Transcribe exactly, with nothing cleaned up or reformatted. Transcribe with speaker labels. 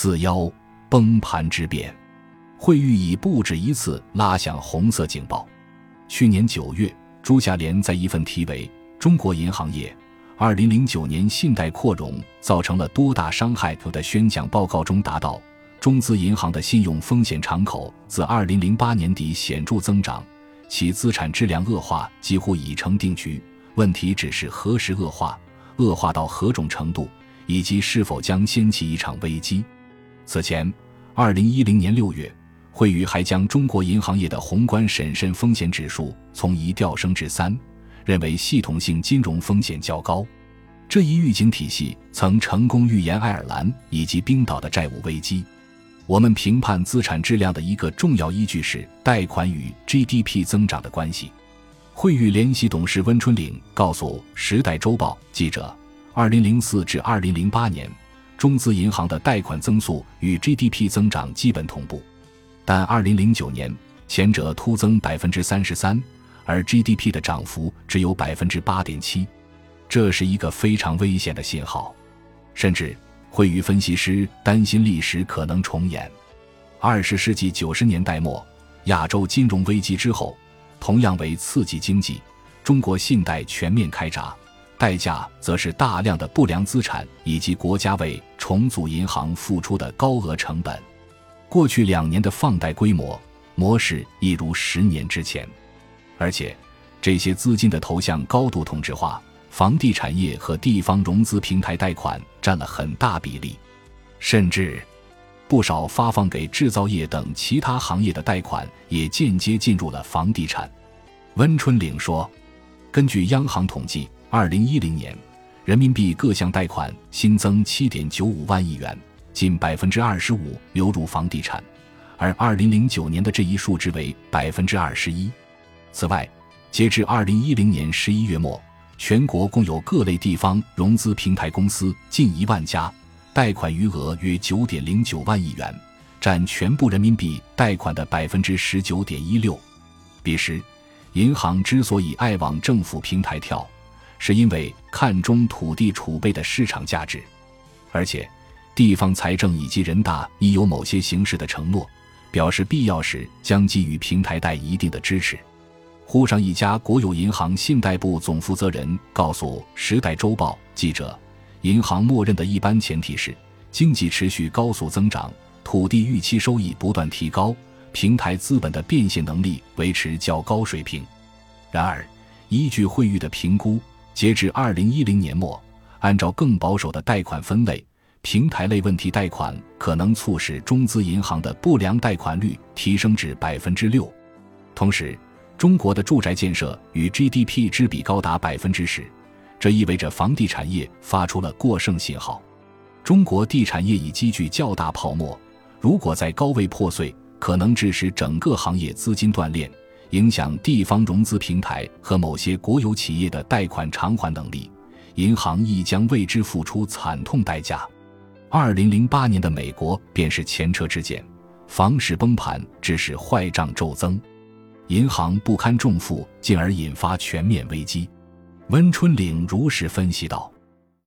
Speaker 1: 四幺崩盘之变，惠誉已不止一次拉响红色警报。去年九月，朱夏莲在一份题为《中国银行业二零零九年信贷扩容造成了多大伤害》的宣讲报告中达到，中资银行的信用风险敞口自二零零八年底显著增长，其资产质量恶化几乎已成定局，问题只是何时恶化，恶化到何种程度，以及是否将掀起一场危机。此前二零一零年六月，惠誉还将中国银行业的宏观审慎风险指数从一调升至三，认为系统性金融风险较高。这一预警体系曾成功预言爱尔兰以及冰岛的债务危机。我们评判资产质量的一个重要依据是贷款与 G D P 增长的关系。惠誉联席董事温春岭告诉《时代周报》记者，二零零四至二零零八年，中资银行的贷款增速与 G D P 增长基本同步，但二零零九年前者突增 百分之三十三， 而 G D P 的涨幅只有 百分之八点七， 这是一个非常危险的信号。甚至惠誉分析师担心历史可能重演。二十世纪九十年代末，亚洲金融危机之后，同样为刺激经济，中国信贷全面开闸，代价则是大量的不良资产以及国家为重组银行付出的高额成本。过去两年的放贷规模模式一如十年之前，而且这些资金的投向高度同质化，房地产业和地方融资平台贷款占了很大比例，甚至不少发放给制造业等其他行业的贷款也间接进入了房地产。温春岭说，根据央行统计，二零一零年人民币各项贷款新增 七点九五万亿元，近 百分之二十五 流入房地产，而二零零九年的这一数值为 百分之二十一。 此外，截至二零一零年十一月末，全国共有各类地方融资平台公司近一万家，贷款余额约 九点零九万亿元，占全部人民币贷款的 百分之十九点一六。 彼时银行之所以爱往政府平台跳，是因为看中土地储备的市场价值，而且地方财政以及人大已有某些形式的承诺，表示必要时将给予平台贷一定的支持。沪上一家国有银行信贷部总负责人告诉《时代周报》记者，银行默认的一般前提是经济持续高速增长，土地预期收益不断提高，平台资本的变现能力维持较高水平。然而依据惠誉的评估，截至二零一零年末，按照更保守的贷款分类，平台类问题贷款可能促使中资银行的不良贷款率提升至 百分之六。 同时中国的住宅建设与 G D P 之比高达 百分之十， 这意味着房地产业发出了过剩信号。中国地产业已积聚较大泡沫，如果在高位破碎，可能致使整个行业资金断裂，影响地方融资平台和某些国有企业的贷款偿还能力，银行亦将为之付出惨痛代价。二零零八年的美国便是前车之鉴，房市崩盘致使坏账骤增，银行不堪重负，进而引发全面危机。温春岭如实分析道。